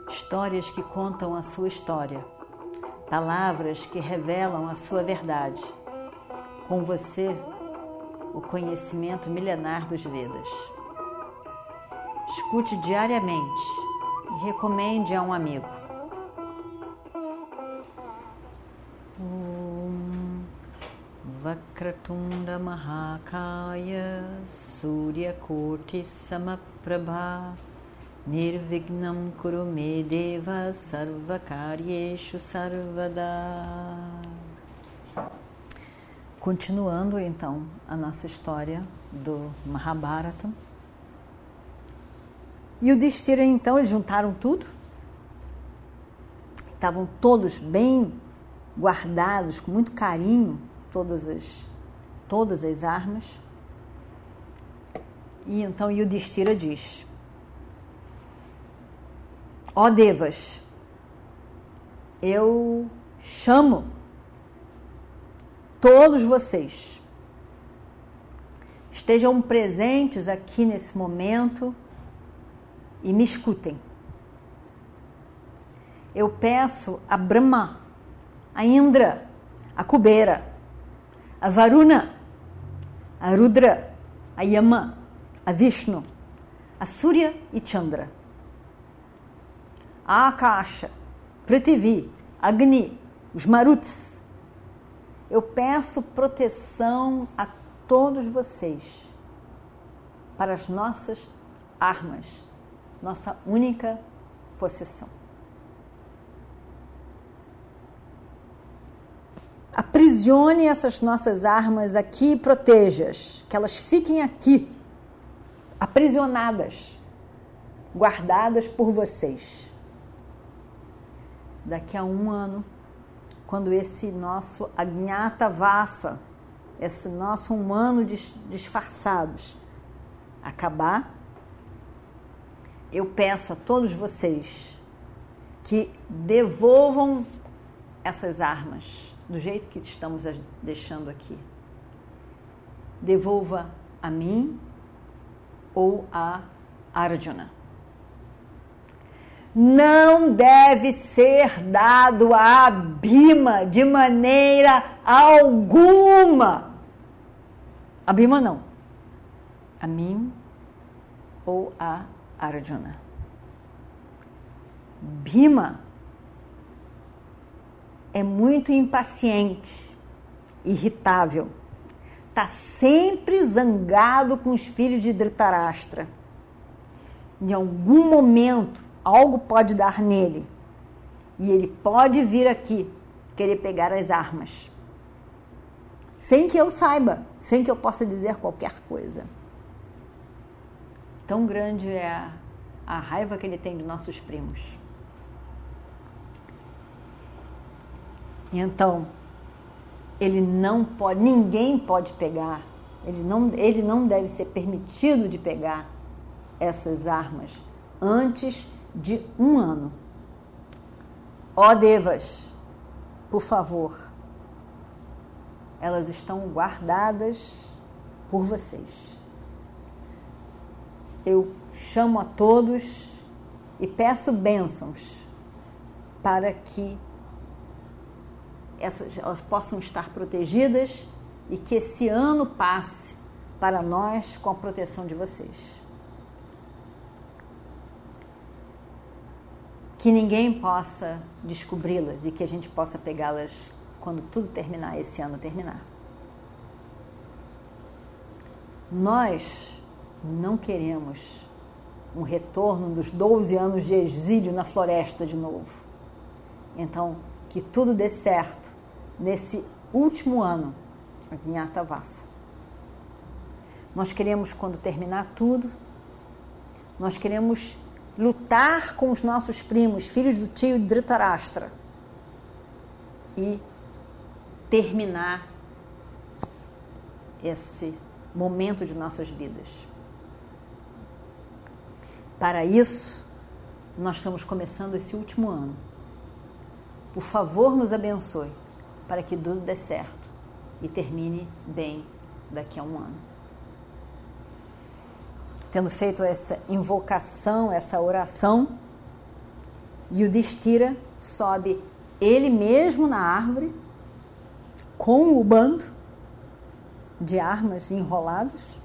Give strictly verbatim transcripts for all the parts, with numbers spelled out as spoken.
histórias que contam a sua história, palavras que revelam a sua verdade. Com você, o conhecimento milenar dos Vedas. Escute diariamente e recomende a um amigo. Om Vakratunda Mahakaya Suryakoti Samaprabha Nirvignam Kurume Deva Sarvakaryeshu Sarvada. Continuando então a nossa história do Mahabharata. E o Yudhishthira então, eles juntaram tudo. Estavam todos bem guardados, com muito carinho, todas as, todas as armas. E então Yudhishthira diz: ó Devas, eu chamo todos vocês, estejam presentes aqui nesse momento e me escutem. Eu peço a Brahma, a Indra, a Kubera, a Varuna, a Rudra, a Yama, a Vishnu, a Surya e Chandra, a Akasha, Prithvi, Agni, os Maruts. Eu peço proteção a todos vocês para as nossas armas, nossa única possessão. Aprisione essas nossas armas aqui e proteja-as, que elas fiquem aqui, aprisionadas, guardadas por vocês. Daqui a um ano, quando esse nosso Ajñātavāsa, esse nosso um ano disfarçados, acabar, eu peço a todos vocês que devolvam essas armas do jeito que estamos deixando aqui. Devolva a mim ou a Arjuna. Não deve ser dado a Bhima de maneira alguma. A Bhima não. A mim ou a Arjuna. Bhima é muito impaciente, irritável, está sempre zangado com os filhos de Dhritarashtra. Em algum momento, algo pode dar nele e ele pode vir aqui querer pegar as armas, sem que eu saiba, sem que eu possa dizer qualquer coisa. Tão grande é a, a raiva que ele tem de nossos primos. Então, ele não pode, ninguém pode pegar, ele não, ele não deve ser permitido de pegar essas armas antes de um ano. Ó Devas, por favor, elas estão guardadas por vocês. Eu chamo a todos e peço bênçãos para que essas, elas possam estar protegidas e que esse ano passe para nós com a proteção de vocês. Que ninguém possa descobri-las e que a gente possa pegá-las quando tudo terminar, esse ano terminar. Nós não queremos um retorno dos doze anos de exílio na floresta de novo. Então, que tudo dê certo nesse último ano, Ajñātavāsa. Nós queremos, quando terminar tudo, nós queremos lutar com os nossos primos, filhos do tio Dhritarashtra, e terminar esse momento de nossas vidas. Para isso, nós estamos começando esse último ano. Por favor, nos abençoe para que tudo dê certo e termine bem daqui a um ano. Tendo feito essa invocação, essa oração, Yudhishthira sobe ele mesmo na árvore, com o bando de armas enroladas,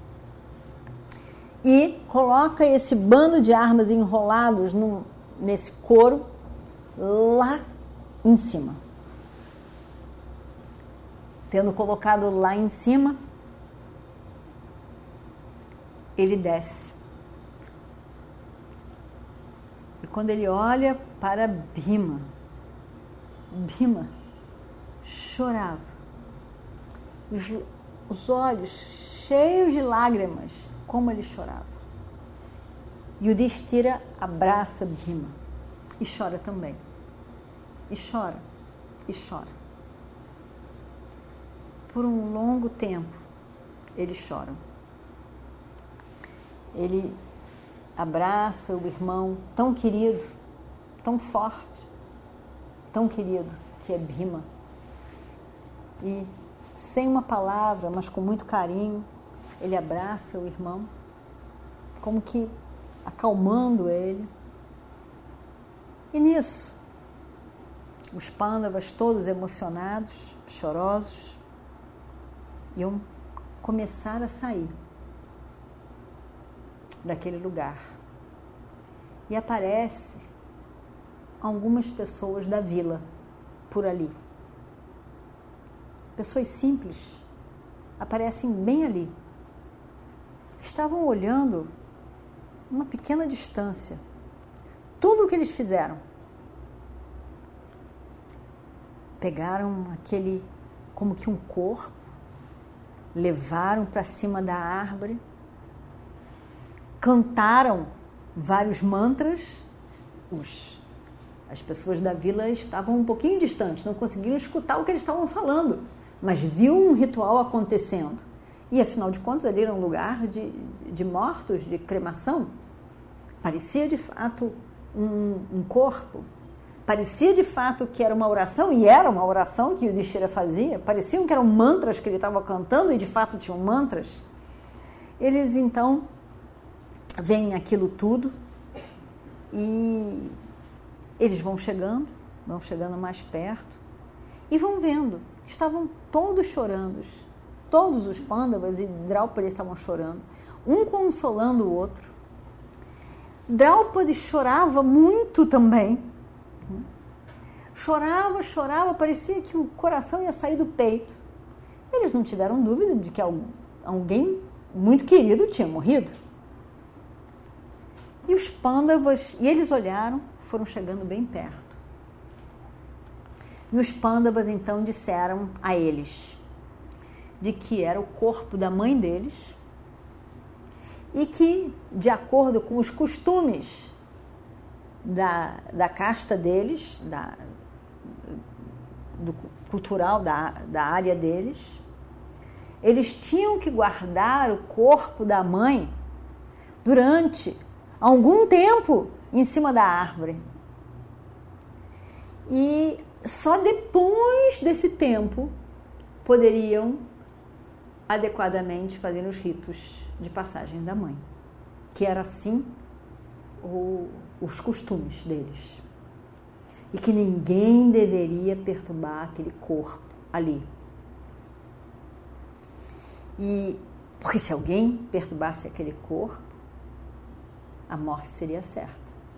e coloca esse bando de armas enrolados no, nesse couro lá em cima. Tendo colocado lá em cima, ele desce. E quando ele olha para Bhima, Bhima chorava, os, os olhos cheios de lágrimas, como ele chorava. E o Yudhishthira abraça Bhima e chora também. E chora, e chora. Por um longo tempo, eles choram. Ele abraça o irmão tão querido, tão forte, tão querido, que é Bhima. E, sem uma palavra, mas com muito carinho, ele abraça o irmão, como que acalmando ele. E nisso, os Pandavas todos emocionados, chorosos, iam começar a sair daquele lugar. E aparece algumas pessoas da vila por ali. Pessoas simples aparecem bem ali. Estavam olhando uma pequena distância tudo o que eles fizeram. Pegaram aquele, como que um corpo, levaram para cima da árvore, cantaram vários mantras. Os, as pessoas da vila estavam um pouquinho distantes, não conseguiram escutar o que eles estavam falando, mas viu um ritual acontecendo. E, afinal de contas, ali era um lugar de, de mortos, de cremação. Parecia, de fato, um, um corpo. Parecia, de fato, que era uma oração, e era uma oração que o Yudhishthira fazia. Pareciam que eram mantras que ele estava cantando, e, de fato, tinham mantras. Eles, então, veem aquilo tudo e eles vão chegando, vão chegando mais perto e vão vendo. Estavam todos chorando. Todos os Pandavas e Draupadi estavam chorando, um consolando o outro. Draupadi chorava muito também. Chorava, chorava, parecia que o coração ia sair do peito. Eles não tiveram dúvida de que alguém muito querido tinha morrido. E os Pandavas, e eles olharam, foram chegando bem perto. E os Pandavas então disseram a eles de que era o corpo da mãe deles e que, de acordo com os costumes da, da casta deles, da, do cultural da, da área deles, eles tinham que guardar o corpo da mãe durante algum tempo em cima da árvore. E só depois desse tempo poderiam adequadamente fazer os ritos de passagem da mãe, que era assim o, os costumes deles. E que ninguém deveria perturbar aquele corpo ali. E porque se alguém perturbasse aquele corpo, a morte seria certa.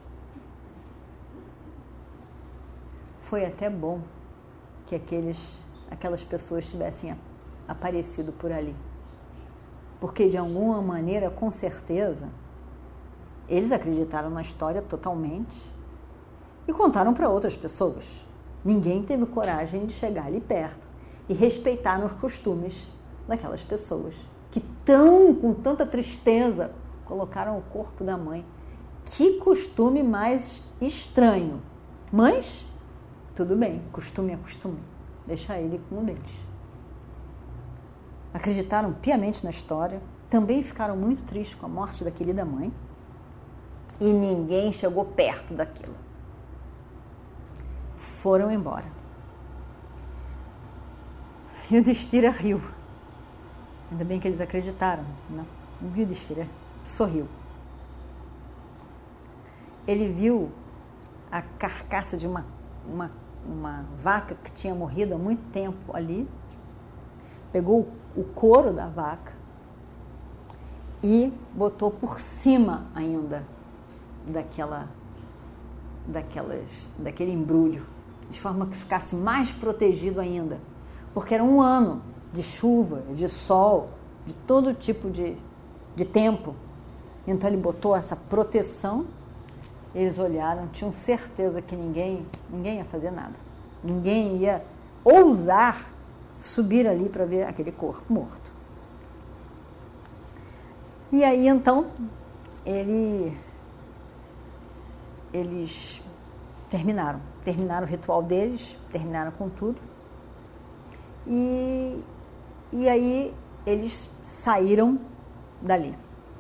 Foi até bom que aqueles, aquelas pessoas tivessem aparecido por ali. Porque, de alguma maneira, com certeza, eles acreditaram na história totalmente e contaram para outras pessoas. Ninguém teve coragem de chegar ali perto e respeitar os costumes daquelas pessoas que tão, com tanta tristeza, colocaram o corpo da mãe. Que costume mais estranho. Mas, tudo bem, costume é costume. Deixa ele com o deles. Acreditaram piamente na história, também ficaram muito tristes com a morte da querida mãe e ninguém chegou perto daquilo. Foram embora. E o Yudhishthira riu. Ainda bem que eles acreditaram, né? O Yudhishthira sorriu. Ele viu a carcaça de uma, uma, uma vaca que tinha morrido há muito tempo ali, pegou o couro da vaca e botou por cima ainda daquela, daquelas, daquele embrulho, de forma que ficasse mais protegido ainda, porque era um ano de chuva, de sol, de todo tipo de, de tempo. Então ele botou essa proteção, eles olharam, tinham certeza que ninguém, ninguém ia fazer nada, ninguém ia ousar subir ali para ver aquele corpo morto. E aí então ele, eles terminaram, terminaram o ritual deles, terminaram com tudo, e, e aí eles saíram dali.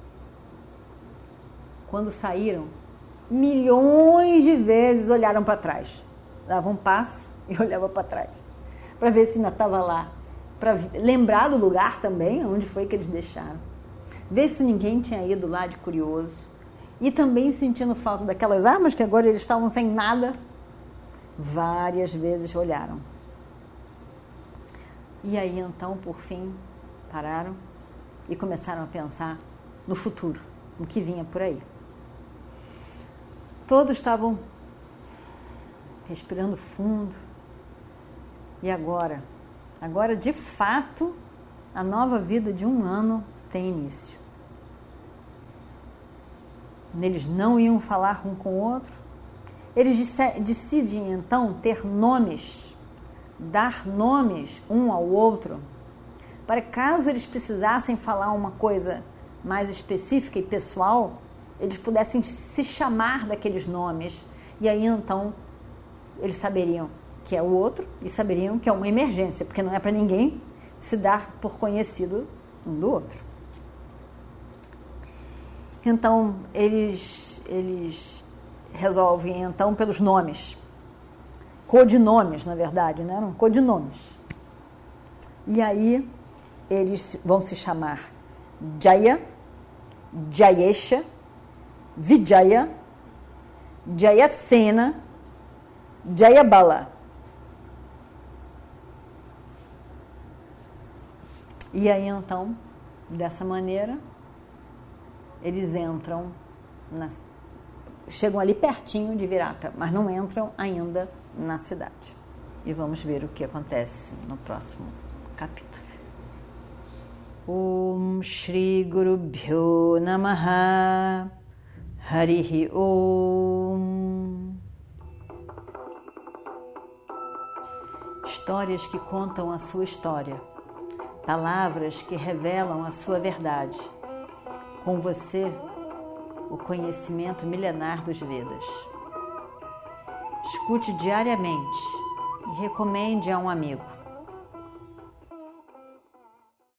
Quando saíram, milhões de vezes olharam para trás, davam um passo e olhavam para trás, para ver se ainda estava lá, para lembrar do lugar também, onde foi que eles deixaram, ver se ninguém tinha ido lá de curioso, e também sentindo falta daquelas armas que agora eles estavam sem nada. Várias vezes olharam. E aí então, por fim, pararam e começaram a pensar no futuro, no que vinha por aí. Todos estavam respirando fundo. E agora? Agora, de fato, a nova vida de um ano tem início. Eles não iam falar um com o outro. Eles decidem, então, ter nomes, dar nomes um ao outro, para caso eles precisassem falar uma coisa mais específica e pessoal, eles pudessem se chamar daqueles nomes. E aí, então, eles saberiam que é o outro e saberiam que é uma emergência, porque não é para ninguém se dar por conhecido um do outro. Então, eles, eles resolvem, então, pelos nomes. Codinomes, na verdade, né? Eram codinomes. E aí, eles vão se chamar Jaya, Jayesha, Vijaya, Jayatsena, Jayabala. E aí, então, dessa maneira, eles entram, na, chegam ali pertinho de Virata, mas não entram ainda na cidade. E vamos ver o que acontece no próximo capítulo. Om Shri Guru Bhyo Namaha Harihi Om. Histórias que contam a sua história. Palavras que revelam a sua verdade. Com você, o conhecimento milenar dos Vedas. Escute diariamente e recomende a um amigo.